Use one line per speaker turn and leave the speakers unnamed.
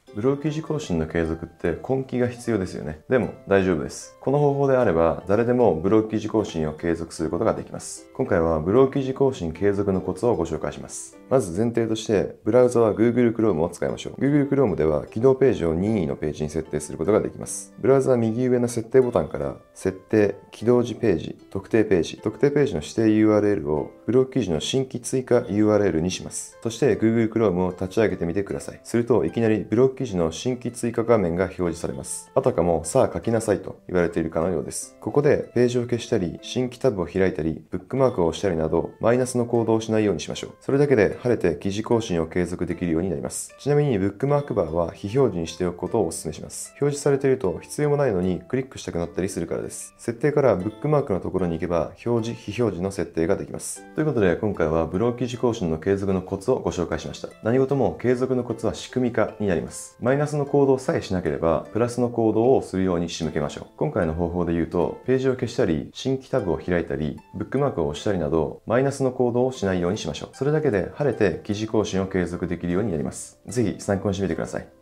ブログ記事更新の継続って根気が必要ですよね。でも大丈夫です。この方法であれば誰でもブログ記事更新を継続することができます。今回はブログ記事更新継続のコツをご紹介します。まず前提として、ブラウザは Google Chrome を使いましょう。Google Chrome では起動ページを任意のページに設定することができます。ブラウザは右上の設定ボタンから設定、起動時ページ、特定ページ、特定ページの指定 URL をブログ記事の新規追加 URL にします。そして Google Chrome を立ち上げてみてください。するといきなりブログ記事の新規追加画面が表示されます。あたかもさあ書きなさいと言われているかのようです。ここでページを消したり、新規タブを開いたり、ブックマークを押したりなど、マイナスの行動をしないようにしましょう。それだけで晴れて記事更新を継続できるようになります。ちなみにブックマークバーは非表示にしておくことをお勧めします。表示されていると必要もないのにクリックしたくなったりするからです。設定からブックマークのところに行けば、表示、非表示の設定ができます。ということで今回はブログ記事更新の継続のコツをご紹介しました。何事も継続のコツは仕組み化になります。マイナスの行動さえしなければ、プラスの行動をするように仕向けましょう。今回の方法で言うと、ページを消したり、新規タブを開いたり、ブックマークを押したりなど、マイナスの行動をしないようにしましょう。それだけで晴れて記事更新を継続できるようになります。ぜひ参考にしてみてください。